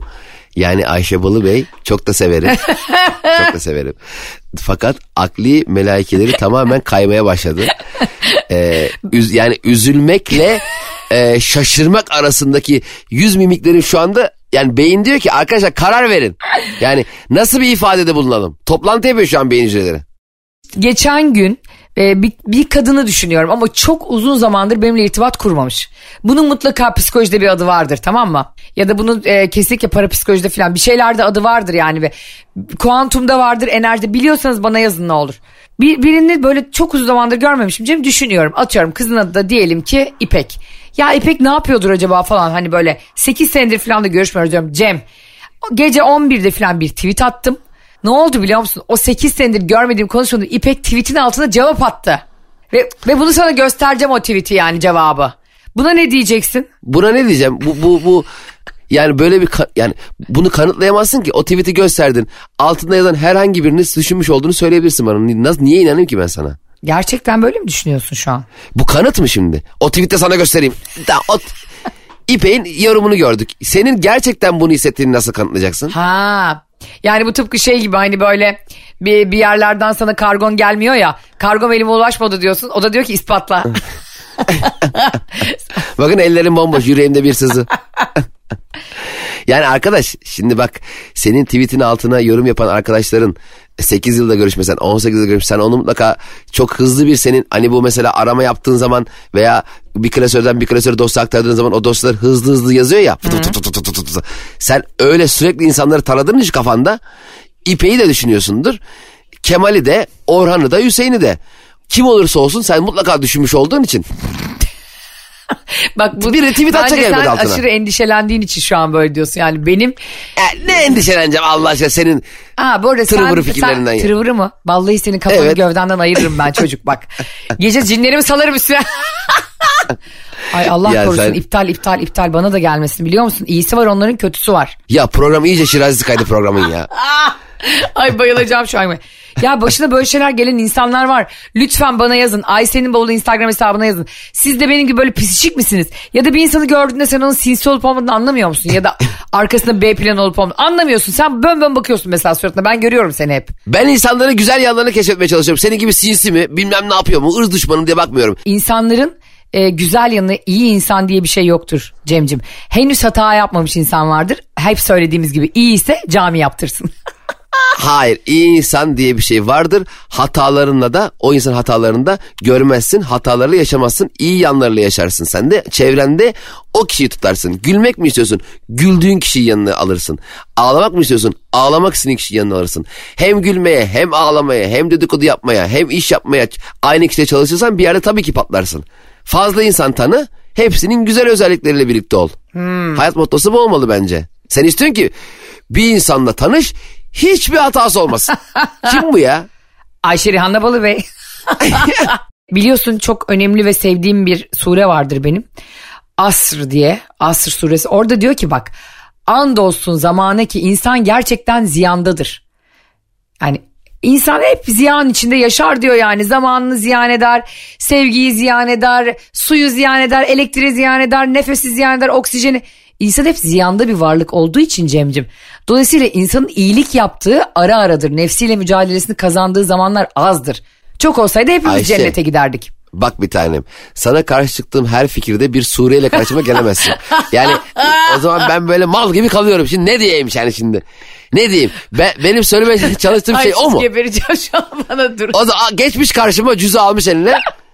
Yani Ayşe Balı Bey çok da severim. Çok da severim. Fakat akli melaikeleri tamamen kaymaya başladı. Ee, üz, yani üzülmekle e, şaşırmak arasındaki yüz mimiklerim şu anda, yani beyin diyor ki arkadaşlar karar verin. Yani nasıl bir ifadede bulunalım? Toplantı yapıyor şu an beyin hücreleri. Geçen gün e, bir, bir kadını düşünüyorum ama çok uzun zamandır benimle irtibat kurmamış. Bunun mutlaka psikolojide bir adı vardır, tamam mı? Ya da bunun e, kesinlikle parapsikolojide falan bir şeylerde adı vardır yani. Ve kuantumda vardır, enerjide, biliyorsanız bana yazın ne olur. Bir, birini böyle çok uzun zamandır görmemişim Cem, düşünüyorum. Atıyorum kızın adı da diyelim ki İpek. Ya İpek ne yapıyordur acaba falan, hani böyle sekiz senedir falan da görüşmüyoruz diyorum. Cem, gece on birde falan bir tweet attım. Ne oldu biliyor musun? O sekiz senedir görmediğim, konuşmadığım İpek tweetin altına cevap attı. Ve, ve bunu sana göstereceğim, o tweeti, yani cevabı. Buna ne diyeceksin? Buna ne diyeceğim? Bu bu bu yani böyle bir ka- yani bunu kanıtlayamazsın ki. O tweeti gösterdin. Altında yazan herhangi birini düşünmüş olduğunu söyleyebilirsin bana. Nasıl, niye inanayım ki ben sana? Gerçekten böyle mi düşünüyorsun şu an? Bu kanıt mı şimdi? O tweette sana göstereyim. Da, o İpek'in yorumunu gördük. Senin gerçekten bunu hissettiğini nasıl kanıtlayacaksın? Ha. Yani bu tıpkı şey gibi, hani böyle bir, bir yerlerden sana kargon gelmiyor ya. Kargom elime ulaşmadı diyorsun. O da diyor ki ispatla. Bakın ellerim bomboş, yüreğimde bir sızı. Yani arkadaş şimdi bak, senin tweetin altına yorum yapan arkadaşların sekiz yılda görüşmesen, on sekiz yılda görüşmesen, onu mutlaka çok hızlı bir, senin hani bu mesela arama yaptığın zaman veya bir klasörden bir klasöre dosya aktardığın zaman o dosyalar hızlı hızlı yazıyor ya. Fıt fıt fıt fıt fıt fıt. Sen öyle sürekli insanları taradığın için kafanda İpek'i de düşünüyorsundur. Kemal'i de, Orhan'ı da, Hüseyin'i de. Kim olursa olsun sen mutlaka düşünmüş olduğun için. Bak bu, bir retweet atacak elbet altına. Bence sen aşırı endişelendiğin için şu an böyle diyorsun. Yani benim... Ya ne endişeleneceğim Allah aşkına senin Aa, bu arada tırıvırı sen, fikirlerinden. Sen, tırıvırı mı? Vallahi senin kafanı evet. Gövdenden ayırırım ben çocuk bak. Gece cinlerimi salarım üstüne. Ay Allah ya korusun sen... iptal iptal iptal bana da gelmesin, biliyor musun? İyisi var onların, kötüsü var. Ya program iyice Şirazi kaydı programın ya. Ay bayılacağım şu an. Ya başına böyle şeyler gelen insanlar var. Lütfen bana yazın. Ayşe'nin bavulu Instagram hesabına yazın. Siz de benim gibi böyle pisişik misiniz? Ya da bir insanı gördüğünde sen onun sinsi olup olmadığını anlamıyor musun? Ya da arkasında B plan olup olmadığını anlamıyorsun. Sen bön bön bakıyorsun mesela suratına. Ben görüyorum seni hep. Ben insanların güzel yanlarını keşfetmeye çalışıyorum. Senin gibi sinsi mi, bilmem ne yapıyor mu, ırz düşmanı diye bakmıyorum. İnsanların e, güzel yanı, iyi insan diye bir şey yoktur Cemcim. Henüz hata yapmamış insan vardır. Hep söylediğimiz gibi, iyi ise cami yaptırsın. Hayır, iyi insan diye bir şey vardır. Hatalarınla da, o insan hatalarını da görmezsin. Hatalarıyla yaşamazsın. İyi yanlarıyla yaşarsın sen de. Çevrende o kişiyi tutarsın. Gülmek mi istiyorsun? Güldüğün kişiyi yanına alırsın. Ağlamak mı istiyorsun? Ağlamak istediğin kişiyi yanına alırsın. Hem gülmeye, hem ağlamaya, hem dedikodu yapmaya, hem iş yapmaya aynı kişide çalışırsan bir yerde tabii ki patlarsın. Fazla insan tanı, hepsinin güzel özellikleriyle birlikte ol. Hmm. Hayat mottosu bu olmalı bence. Sen istiyorsun ki bir insanla tanış, hiçbir hatası olmasın. Kim bu ya? Ayşe Rihanna Balı Bey. Biliyorsun çok önemli ve sevdiğim bir sure vardır benim. Asr diye. Asr suresi. Orada diyor ki bak, andolsun zamana ki insan gerçekten ziyandadır. Yani insan hep ziyan içinde yaşar diyor yani. Zamanını ziyan eder, sevgiyi ziyan eder, suyu ziyan eder, elektriği ziyan eder, nefesi ziyan eder, oksijeni. İnsan hep ziyanda bir varlık olduğu için Cemcim. Dolayısıyla insanın iyilik yaptığı ara aradır. Nefsiyle mücadelesini kazandığı zamanlar azdır. Çok olsaydı hepimiz Ayşe, cennete giderdik. Bak bir tanem, sana karşı çıktığım her fikirde bir sureyle karşıma gelemezsin. Yani o zaman ben böyle mal gibi kalıyorum. Şimdi ne diyeyim yani şimdi? Ne diyeyim? Ben, benim söylemeye çalıştığım şey o mu? Gebereceğim şu an, bana dur. O zaman geçmiş karşıma, cüzü almış eline.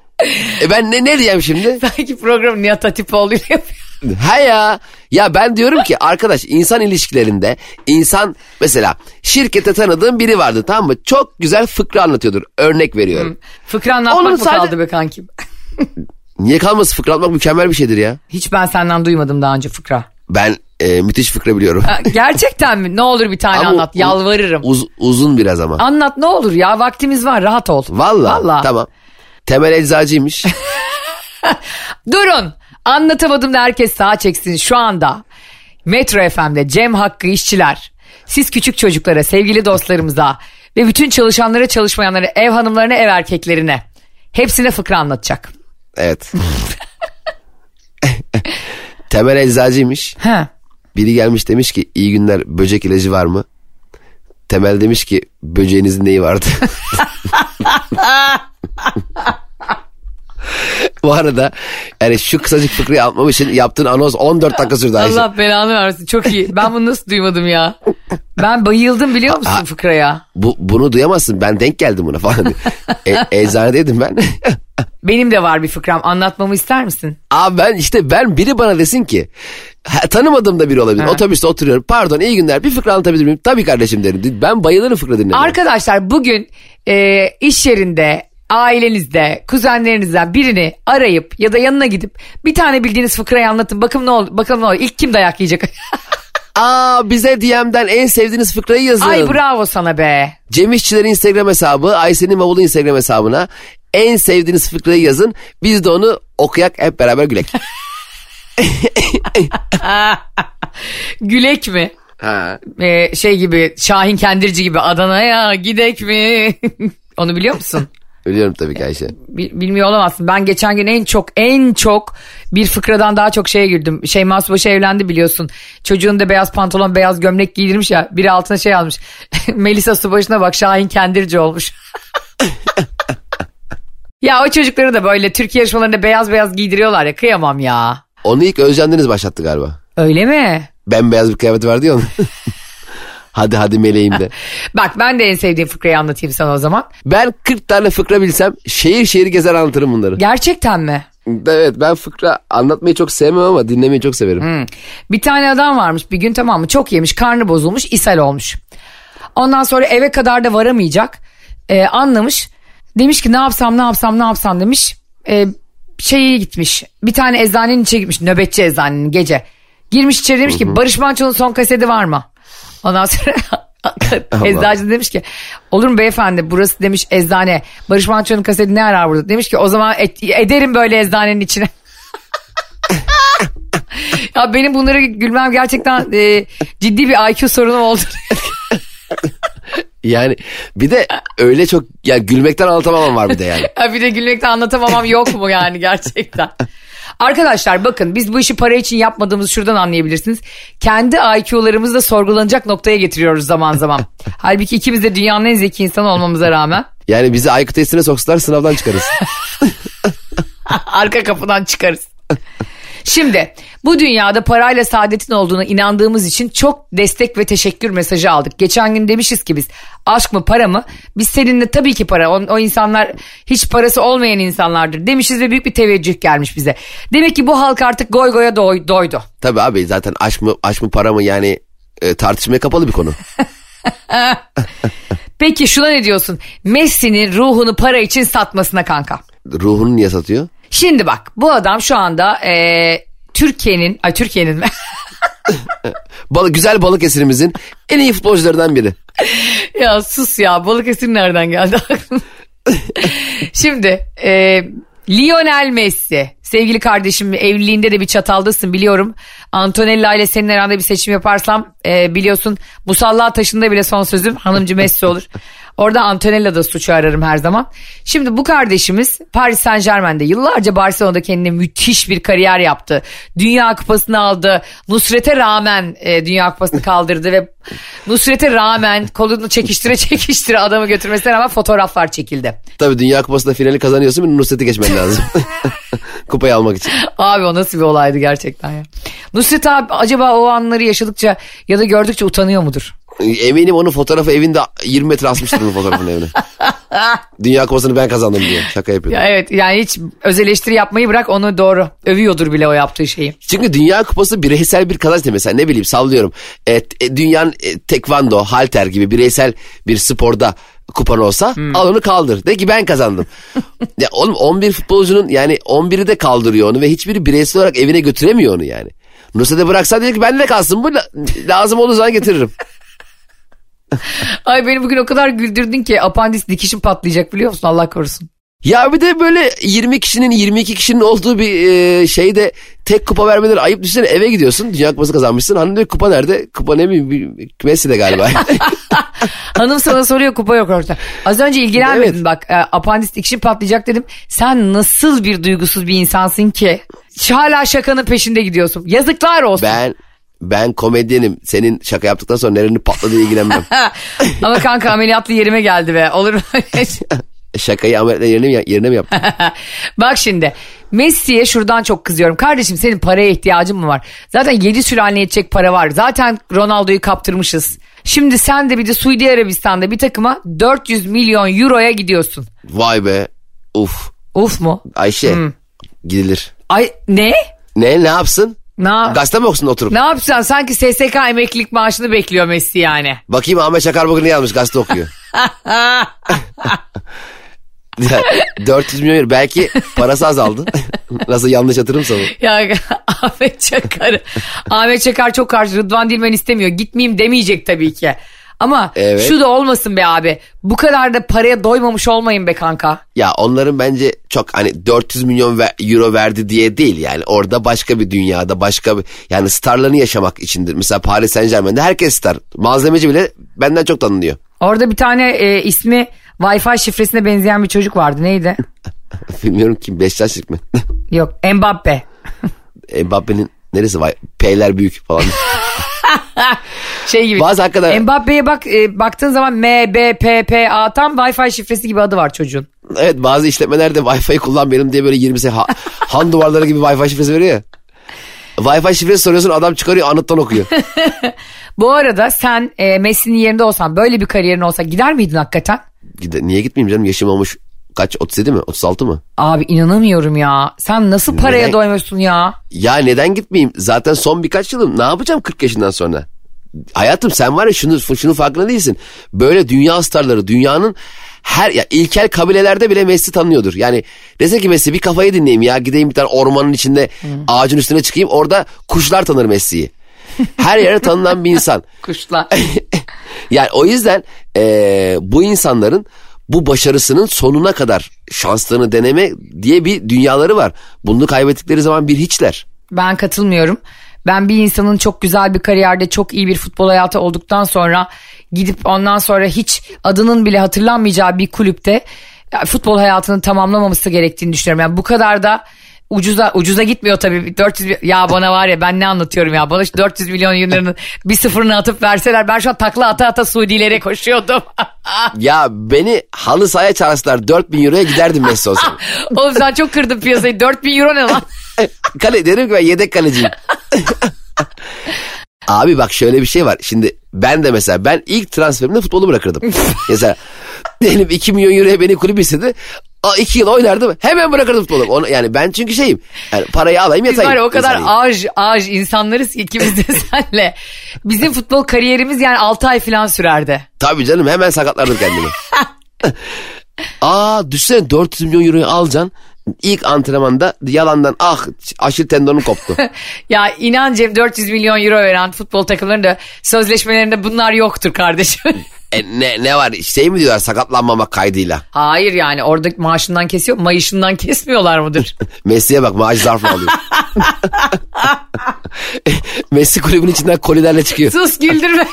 E ben ne, ne diyeyim şimdi? Sanki program Nihat Hatipoğlu yapıyor. Ha ya. Ya ben diyorum ki arkadaş, insan ilişkilerinde insan mesela şirkette tanıdığım biri vardı, tamam mı? Çok güzel fıkra anlatıyordur. Örnek veriyorum. Hı. Fıkra anlatmak Onun mı sadece... kaldı be kankim? Niye kalmasın? Fıkra anlatmak mükemmel bir şeydir ya. Hiç ben senden duymadım daha önce fıkra. Ben e, müthiş fıkra biliyorum. Ha, gerçekten mi? Ne olur bir tane ama anlat. U- Yalvarırım. Uz, uzun biraz ama. Anlat ne olur ya, vaktimiz var, rahat ol. Valla tamam. Temel eczacıymış. Durun. Anlatamadım da herkes sağa çeksin şu anda. Metro F M'de Cem Hakkı işçiler. Siz küçük çocuklara, sevgili dostlarımıza ve bütün çalışanlara, çalışmayanlara, ev hanımlarına, ev erkeklerine hepsine fıkra anlatacak. Evet. Temel eczacıymış. He. Biri gelmiş demiş ki iyi günler, böcek ilacı var mı? Temel demiş ki böceğinizin neyi vardı? Bu arada yani şu kısacık fıkrayı anlatmam için yaptığın anons on dört dakika sürdü Ayşe. Allah belanı versin, çok iyi. Ben bunu nasıl duymadım ya? Ben bayıldım biliyor musun ha, fıkraya? Bu, bunu duyamazsın, ben denk geldim buna falan. e, eczanedeydim ben. Benim de var bir fıkram, anlatmamı ister misin? Abi ben işte ben biri bana desin ki ha, tanımadığım da biri olabilir. Ha. Otobüste oturuyorum, pardon iyi günler, bir fıkra anlatabilir miyim? Tabii kardeşim derim. Ben bayılırım fıkra dinlemeye. Arkadaşlar bugün e, iş yerinde, ailenizde, kuzenlerinizden birini arayıp ya da yanına gidip bir tane bildiğiniz fıkrayı anlatın. Bakalım ne oldu? Bakalım ne oldu? İlk kim dayak yiyecek? Aa, bize D M'den en sevdiğiniz fıkrayı yazın. Ay bravo sana be. Cem İşçilerin Instagram hesabı, Ayşe'nin bavulu Instagram hesabına en sevdiğiniz fıkrayı yazın. Biz de onu okuyak, hep beraber gülek. Gülek mi? Ha. Ee, şey gibi, Şahin Kendirci gibi, Adana'ya gidek mi? Onu biliyor musun? Biliyorum tabii ki Ayşe. Bilmiyor olamazsın. Ben geçen gün en çok en çok bir fıkradan daha çok şeye güldüm. Şeyma Subaşı evlendi biliyorsun. Çocuğun da beyaz pantolon, beyaz gömlek giydirmiş ya. Biri altına şey almış. Melisa Subaşı'na bak, Şahin Kendirci olmuş. Ya o çocukları da böyle Türkiye yarışmalarında beyaz beyaz giydiriyorlar ya, kıyamam ya. Onu ilk Özcan Deniz başlattı galiba. Öyle mi? Bembeyaz bir kıyafeti vardı ya onun. Hadi hadi meleğim de. Bak ben de en sevdiğim fıkrayı anlatayım sana o zaman. Ben kırk tane fıkra bilsem şehir şehir gezer anlatırım bunları. Gerçekten mi? Evet, ben fıkra anlatmayı çok sevmem ama dinlemeyi çok severim. Hmm. Bir tane adam varmış bir gün, tamam mı, çok yemiş, karnı bozulmuş, ishal olmuş. Ondan sonra eve kadar da varamayacak, ee, anlamış. Demiş ki ne yapsam ne yapsam ne yapsam demiş. Ee, şeye gitmiş, bir tane eczanenin içine gitmiş, nöbetçi eczanenin, gece. Girmiş içeri, demiş ki Barış Manço'nun son kaseti var mı? Ondan sonra eczacı demiş ki olur mu beyefendi, burası demiş eczane, Barış Manço'nun kaseti ne arar burada? Demiş ki o zaman et, ederim böyle eczanenin içine. Ya benim bunları gülmem gerçekten e, ciddi bir I Q sorunum oldu. Yani bir de öyle çok ya gülmekten anlatamamam var bir de yani. Ya bir de gülmekten anlatamamam yok mu yani gerçekten? Arkadaşlar bakın, biz bu işi para için yapmadığımızı şuradan anlayabilirsiniz. Kendi I Q'larımızı da sorgulanacak noktaya getiriyoruz zaman zaman. Halbuki ikimiz de dünyanın en zeki insanı olmamıza rağmen. Yani bizi I Q testine soksalar sınavdan çıkarız. Arka kapıdan çıkarız. Şimdi bu dünyada parayla saadetin olduğuna inandığımız için çok destek ve teşekkür mesajı aldık. Geçen gün demişiz ki biz, aşk mı para mı? Biz seninle tabii ki para. O, o insanlar hiç parası olmayan insanlardır demişiz ve büyük bir teveccüh gelmiş bize. Demek ki bu halk artık goy goya doy, doydu. Tabii abi, zaten aşk mı aşk mı para mı yani e, tartışmaya kapalı bir konu. Peki şuna ne diyorsun? Messi'nin ruhunu para için satmasına kanka. Ruhunu niye satıyor? Şimdi bak, bu adam şu anda e, Türkiye'nin, ay Türkiye'nin mi? Balık, güzel Balıkesir'imizin en iyi futbolcularından biri. Ya sus ya, Balıkesir nereden geldi aklına? Şimdi e, Lionel Messi, sevgili kardeşim, evliliğinde de bir çataldasın biliyorum. Antonella ile senin aranda bir seçim yaparsam e, biliyorsun Musalla taşında bile son sözüm hanımcı Messi olur. Orada Antonella'da suçu ararım her zaman. Şimdi bu kardeşimiz Paris Saint Germain'de yıllarca Barcelona'da kendine müthiş bir kariyer yaptı. Dünya Kupası'nı aldı. Nusret'e rağmen e, Dünya Kupası'nı kaldırdı ve Nusret'e rağmen kolunu çekiştire çekiştire adamı götürmesine rağmen fotoğraflar çekildi. Tabii Dünya Kupası'nda finali kazanıyorsun, Nusret'i geçmen lazım. Kupayı almak için. Abi o nasıl bir olaydı gerçekten ya. Nusret abi acaba o anları yaşadıkça ya da gördükçe utanıyor mudur? Eminim onun fotoğrafı evinde yirmi metre asmıştır onun fotoğrafını evine. Dünya Kupası'nı ben kazandım diye şaka yapıyor. Ya evet, yani hiç öz eleştiri yapmayı bırak, onu doğru övüyordur bile o yaptığı şeyi. Çünkü Dünya Kupası bireysel bir kazanç, mesela ne bileyim sallıyorum. E, e, dünyanın e, tekvando, halter gibi bireysel bir sporda kupan olsa hmm. al onu kaldır. De ki ben kazandım. Ya oğlum on bir futbolcunun yani on biri de kaldırıyor onu ve hiçbiri bireysel olarak evine götüremiyor onu yani. Nusret'e bıraksa diyor ki bende kalsın, bu lazım olduğu zaman getiririm. Ay beni bugün o kadar güldürdün ki apandis dikişim patlayacak biliyor musun, Allah korusun. Ya bir de böyle yirmi kişinin yirmi iki kişinin olduğu bir e, şeyde tek kupa vermeleri ayıp, düşünsene, eve gidiyorsun, Dünya Kupası kazanmışsın, hanım diyor kupa nerede? Kupa ne bileyim Messi'de galiba. Hanım sana soruyor, kupa yok orada. Az önce ilgilenmedin evet. Bak e, apandis dikişim patlayacak dedim. Sen nasıl bir duygusuz bir insansın ki hala şakanın peşinde gidiyorsun. Yazıklar olsun. Ben Ben komedyenim. Senin şaka yaptıktan sonra nerenin patladığı ilgilenmem. Ama kanka ameliyatlı yerime geldi be. Olur mu? Şakayı ameliyatla yerine mi, yerine mi yaptın? Bak şimdi Messi'ye şuradan çok kızıyorum. Kardeşim senin paraya ihtiyacın mı var? Zaten yedi sülale yetecek para var. Zaten Ronaldo'yu kaptırmışız. Şimdi sen de bir de Suudi Arabistan'da bir takıma dört yüz milyon euroya gidiyorsun. Vay be. Uf. Uf mu? Ayşe hmm. gidilir. Ay ne? Ne ne yapsın? Ne? Gazete mi okusun oturup? Ne yapacaksın? Sanki S S K emeklilik maaşını bekliyor Messi yani. Bakayım Ahmet Çakar bugün ne yazmış, gazete okuyor. dört yüz milyon belki parası azaldı. Nasıl yanlış hatırımsa bu. Ya Ahmet Çakar. Ahmet Çakar çok karşı. Rıdvan Dilmen istemiyor. Gitmeyeyim demeyecek tabii ki. Ama evet. Şu da olmasın be abi. Bu kadar da paraya doymamış olmayın be kanka. Ya onların bence çok hani dört yüz milyon euro verdi diye değil yani. Orada başka bir dünyada başka bir yani starlarını yaşamak içindir. Mesela Paris Saint Germain'de herkes star. Malzemeci bile benden çok tanınıyor. Orada bir tane e, ismi Wi-Fi şifresine benzeyen bir çocuk vardı. Neydi? Bilmiyorum kim. Beşiktaşlık mı? Yok. Mbappe. Mbappe'nin neresi var? P'ler büyük falan. Şey gibi. Bazı hakikaten... Mbappe'ye bak, e, baktığın zaman M B P P A tam Wi-Fi şifresi gibi adı var çocuğun. Evet, bazı işletmelerde Wi-Fi kullan benim diye böyle yirmi ha, han duvarları gibi Wi-Fi şifresi veriyor ya. Wi-Fi şifresi soruyorsun, adam çıkarıyor anıttan okuyor. Bu arada sen e, Messi'nin yerinde olsan, böyle bir kariyerin olsa gider miydin hakikaten? Gide, niye gitmeyeyim canım, yaşım olmuş kaç, otuz yedi mi otuz altı mı? Abi inanamıyorum ya, sen nasıl paraya neden doymuyorsun ya? Ya neden gitmeyeyim, zaten son birkaç yılım ne yapacağım kırk yaşından sonra? Hayatım sen var ya şunu, şunun farkında değilsin. Böyle dünya starları, dünyanın her ya ilkel kabilelerde bile Messi tanınıyordur. Yani dese ki Messi bir kafayı dinleyeyim ya, gideyim bir tane ormanın içinde hmm. ağacın üstüne çıkayım, orada kuşlar tanır Messi'yi. Her yere tanınan bir insan. Kuşlar. Yani o yüzden e, bu insanların bu başarısının sonuna kadar şanslarını deneme diye bir dünyaları var. Bunu kaybettikleri zaman bir hiçler. Ben katılmıyorum. Ben bir insanın çok güzel bir kariyerde, çok iyi bir futbol hayatı olduktan sonra gidip ondan sonra hiç adının bile hatırlanmayacağı bir kulüpte futbol hayatını tamamlamaması gerektiğini düşünüyorum. Yani bu kadar da ucuza ucuza gitmiyor tabii. dört yüz ya bana var ya, ben ne anlatıyorum ya, bana şu dört yüz milyon euro'nun bir sıfırını atıp verseler ben şu an takla ata ata Suudilere koşuyordum. Ya beni halı sahaya çağırsalar dört bin euroya giderdim Messi olsam. Oğlum sen çok kırdın piyasayı, dört bin euro ne lan? Kale, derim ki ben yedek kaleciyim. Abi bak şöyle bir şey var. Şimdi ben de mesela ben ilk transferimde futbolu bırakırdım. Mesela diyelim iki milyon euroya beni kulüp istedi. iki yıl oynardım, hemen bırakırdım futbolu. Onu, yani ben çünkü şeyim. Yani parayı alayım yatayım. Biz var o kadar aj aj insanlarız ki ikimiz de senle. Bizim futbol kariyerimiz yani altı ay falan sürerdi. Tabii canım, hemen sakatlardım kendimi. Aa düşünsene, dört yüz milyon euroyu alacaksın. İlk antrenmanda yalandan ah aşil tendonum koptu. Ya inan Cem, dört yüz milyon euro veren futbol takımlarında sözleşmelerinde bunlar yoktur kardeşim. E ne, ne var, şey mi diyorlar, sakatlanmamak kaydıyla? Hayır yani orada maaşından kesiyor, mayışından kesmiyorlar mıdır? Messi'ye bak, maaş zarfı alıyor. Messi kulübün içinden kolilerle çıkıyor. Sus, güldürme.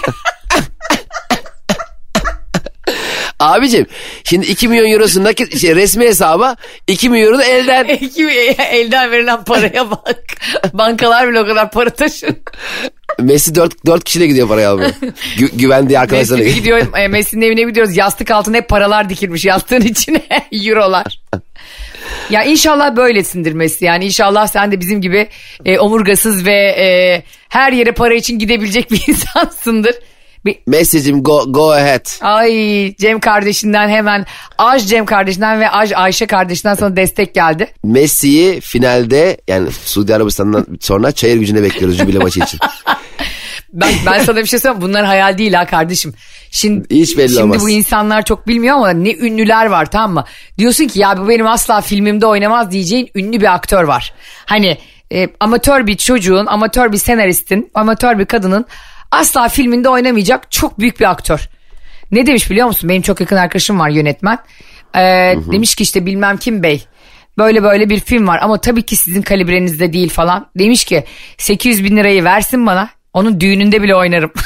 Abicim şimdi iki milyon eurosundaki şey, resmi hesaba iki milyon euro da elden. Elden verilen paraya bak. Bankalar bile o kadar para taşır. Messi dört, dört kişiyle gidiyor parayı almaya. Gü- güvendiği arkadaşlarına Messi gidiyor. E, Messi'nin evine gidiyoruz. Yastık altına hep paralar dikilmiş. Yastığın içine eurolar. Ya inşallah böylesindir Messi. Yani inşallah sen de bizim gibi e, omurgasız ve e, her yere para için gidebilecek bir insansındır. Bir... Messi'cim go, go ahead. Ay Cem kardeşinden hemen Aj Cem kardeşinden ve Aj Ayşe kardeşinden sana destek geldi. Messi'yi finalde yani Suudi Arabistan'dan sonra çayır gücüne bekliyoruz jübile maçı için. Ben, ben sana bir şey söyleyeyim, bunlar hayal değil ha kardeşim. Şimdi, Hiç belli şimdi olmaz. Bu insanlar çok bilmiyor ama ne ünlüler var, tamam mı? Diyorsun ki ya bu benim asla filmimde oynamaz diyeceğin ünlü bir aktör var. Hani e, amatör bir çocuğun, amatör bir senaristin, amatör bir kadının asla filminde oynamayacak çok büyük bir aktör. Ne demiş biliyor musun? Benim çok yakın arkadaşım var, yönetmen. Ee, demiş ki işte bilmem kim bey, böyle böyle bir film var ama tabii ki sizin kalibrenizde değil falan. Demiş ki sekiz yüz bin lirayı versin bana, onun düğününde bile oynarım.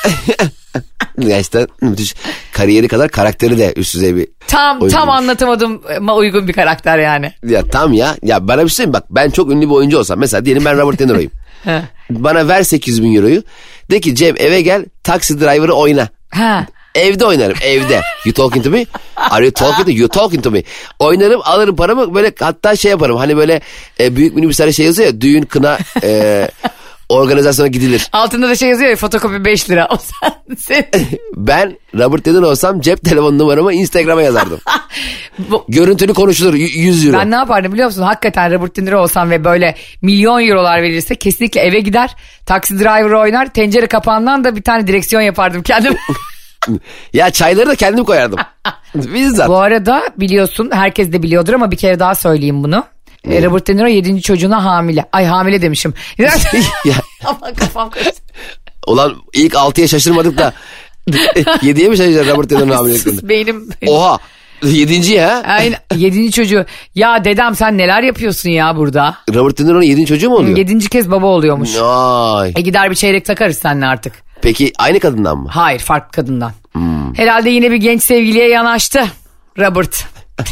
Gerçekten müthiş. Kariyeri kadar karakteri de üst düzey bir Tam oyuncu. tam anlatamadığıma uygun bir karakter yani. Ya tam ya. Ya bana bir şey söyleyeyim, bak ben çok ünlü bir oyuncu olsam. Mesela diyelim ben Robert De Niro'yum. Bana ver sekiz yüz bin euroyu. De ki Cem eve gel, taksi driver'ı oyna. Ha. Evde oynarım, evde. You talking to me? Are you talking to me? You talking to me? Oynarım, alırım paramı, böyle hatta şey yaparım. Hani böyle e, büyük minibüslerde şey yazıyor ya, düğün, kına e, organizasyona gidilir. Altında da şey yazıyor ya, fotokopi beş lira. O sen, sen. Ben Robert De Niro olsam cep telefon numaramı Instagram'a yazardım. Bu, Görüntülü konuşulur, y- yüz euro. ben ne yapardım biliyor musun? Hakikaten Robert De Niro olsam ve böyle milyon eurolar verirse kesinlikle eve gider. Taksi driver'ı oynar. Tencere kapağından da bir tane direksiyon yapardım kendim. Ya çayları da kendim koyardım. Bizzat. Bu arada biliyorsun, herkes de biliyordur ama bir kere daha söyleyeyim bunu. Hmm. Robert De Niro yedinci çocuğuna hamile. Ay hamile demişim. Ya, Aman kafam karıştı. ulan ilk altıya şaşırmadık da yediye mi şaşıracağız Robert De Niro'nun hamileliklerinde? Sus, Beynim. Oha. Yedinci ya. Aynen. Yedinci çocuğu. Ya dedem sen neler yapıyorsun ya burada? Robert De Niro'nun yedinci çocuğu mu oluyor? Yedinci kez baba oluyormuş. Ay. E gider bir çeyrek takarız seninle artık. Peki aynı kadından mı? Hayır, farklı kadından. Hmm. Herhalde yine bir genç sevgiliye yanaştı Robert.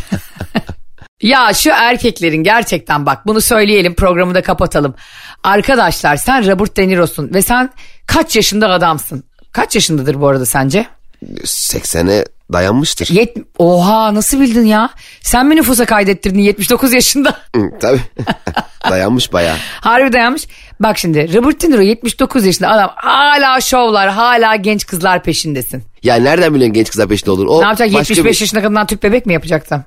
Ya şu erkeklerin gerçekten, bak bunu söyleyelim, programı da kapatalım. Arkadaşlar sen Robert De Niro'sun ve sen kaç yaşında adamsın? Kaç yaşındadır bu arada sence? seksene dayanmıştır. Yet Oha, nasıl bildin ya? Sen mi nüfusa kaydettirdin yetmiş dokuz yaşında? Hı, tabii. Dayanmış bayağı. Harbi dayanmış. Bak şimdi Robert De Niro yetmiş dokuz yaşında adam, hala şovlar, hala genç kızlar peşindesin. Ya nereden biliyorsun genç kızlar peşinde olur? O Ne yapacak, başka yetmiş beş bir... yaşında kadından tüp bebek mi yapacaksın?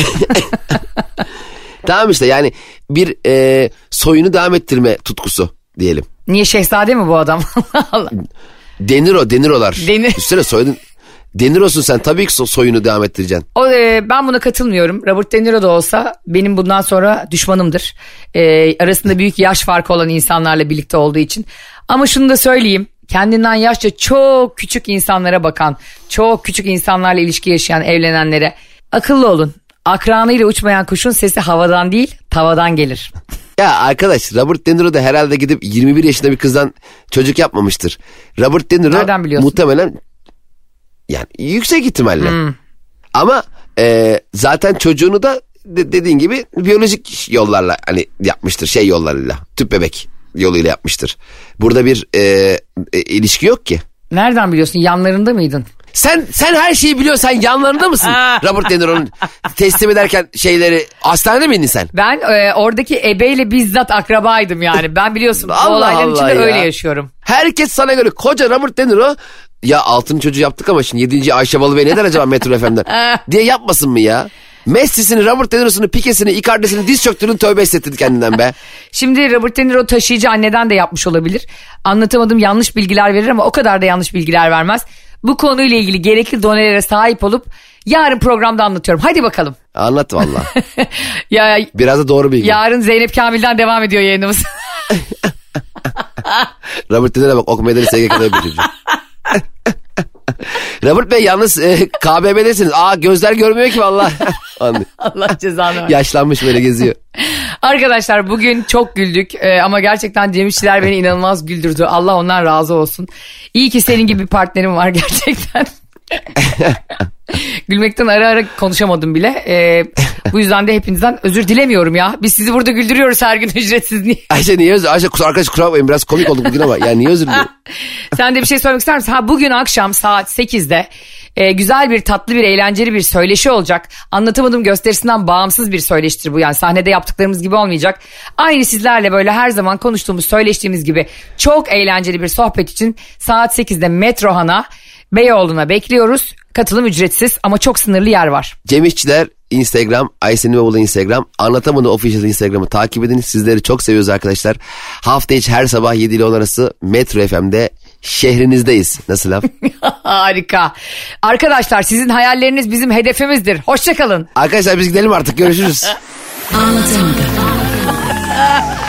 Tamam işte, yani bir e, soyunu devam ettirme tutkusu diyelim. Niye, şehzade mi bu adam? Allah. De Niro, De Niro'lar. De Niro. Üstüne soyadın. De Niro'sun sen, tabii ki so- soyunu devam ettireceksin. O, e, ben buna katılmıyorum. Robert De Niro da olsa benim bundan sonra düşmanımdır. E, arasında büyük yaş farkı olan insanlarla birlikte olduğu için. Ama şunu da söyleyeyim. Kendinden yaşça çok küçük insanlara bakan, çok küçük insanlarla ilişki yaşayan, evlenenlere akıllı olun. Akranıyla uçmayan kuşun sesi havadan değil, tavadan gelir. Ya arkadaş, Robert De Niro da herhalde gidip yirmi bir yaşında bir kızdan çocuk yapmamıştır. Robert De Niro Nereden biliyorsun? muhtemelen, yani yüksek ihtimalle. Hmm. Ama e, zaten çocuğunu da de, dediğin gibi biyolojik yollarla hani yapmıştır, şey yollarıyla, tüp bebek yoluyla yapmıştır. Burada bir e, e, ilişki yok ki. Nereden biliyorsun? Yanlarında mıydın? Sen sen her şeyi biliyorsun. Sen yanlarında mısın? Robert De Niro'nun teslim ederken şeyleri, hastanede miydin sen? Ben e, oradaki ebeyle bizzat akrabaydım yani. Ben biliyorsun bu Allah olayların Allah içinde ya. öyle yaşıyorum. Herkes sana göre koca Robert De Niro, ya altın çocuğu yaptık ama şimdi yedinci Ayşe Balıbey ne der acaba Metro F M'den diye yapmasın mı ya? Messi'sini, Robert De Niro'sunu, Pique'sini, Icardi'sini, diz çöktüğünün tövbe hissettirdi kendinden be. Şimdi Robert De Niro taşıyıcı anneden de yapmış olabilir. Anlatamadım, yanlış bilgiler verir ama o kadar da yanlış bilgiler vermez. Bu konuyla ilgili gerekli donelere sahip olup yarın programda anlatıyorum. Hadi bakalım. Anlat valla. ya, Biraz da doğru bilgi. Yarın Zeynep Kamil'den devam ediyor yayınımız. Robert De Niro bak, okumayı da S G K'da bir çocuk. Robert Bey yalnız e, K B B'desiniz. Aa, gözler görmüyor ki valla. Allah cezanı versin. Yaşlanmış böyle geziyor. Arkadaşlar bugün çok güldük ee, ama gerçekten Cem İşçiler beni inanılmaz güldürdü. Allah ondan razı olsun. İyi ki senin gibi bir partnerim var gerçekten. Gülmekten ara ara konuşamadım bile. Ee, bu yüzden de hepinizden özür dilemiyorum ya. Biz sizi burada güldürüyoruz her gün ücretsiz. Niye? Ayşe niye özür? Ayşe arkadaş kusura bakmayın, biraz komik olduk bugün ama yani niye özür diliyorum? Sen de bir şey söylemek ister misin? Ha, bugün akşam saat sekizde e, güzel bir, tatlı bir, eğlenceli bir söyleşi olacak. Anlatamadım gösterisinden bağımsız bir söyleşidir bu, yani sahnede yaptıklarımız gibi olmayacak. Aynı sizlerle böyle her zaman konuştuğumuz, söyleştiğimiz gibi çok eğlenceli bir sohbet için saat sekizde Metrohan'a, Beyoğlu'na bekliyoruz. Katılım ücretsiz ama çok sınırlı yer var. Cem İşçiler Instagram, Aysen'in bavulu Instagram, Anlatamadım Official Instagram'ı takip edin. Sizleri çok seviyoruz arkadaşlar. Hafta içi her sabah yedi ile on arası Metro F M'de şehrinizdeyiz. Nasıl laf? Harika. Arkadaşlar sizin hayalleriniz bizim hedefimizdir. Hoşça kalın. Arkadaşlar biz gidelim artık, görüşürüz. Anlatamadım.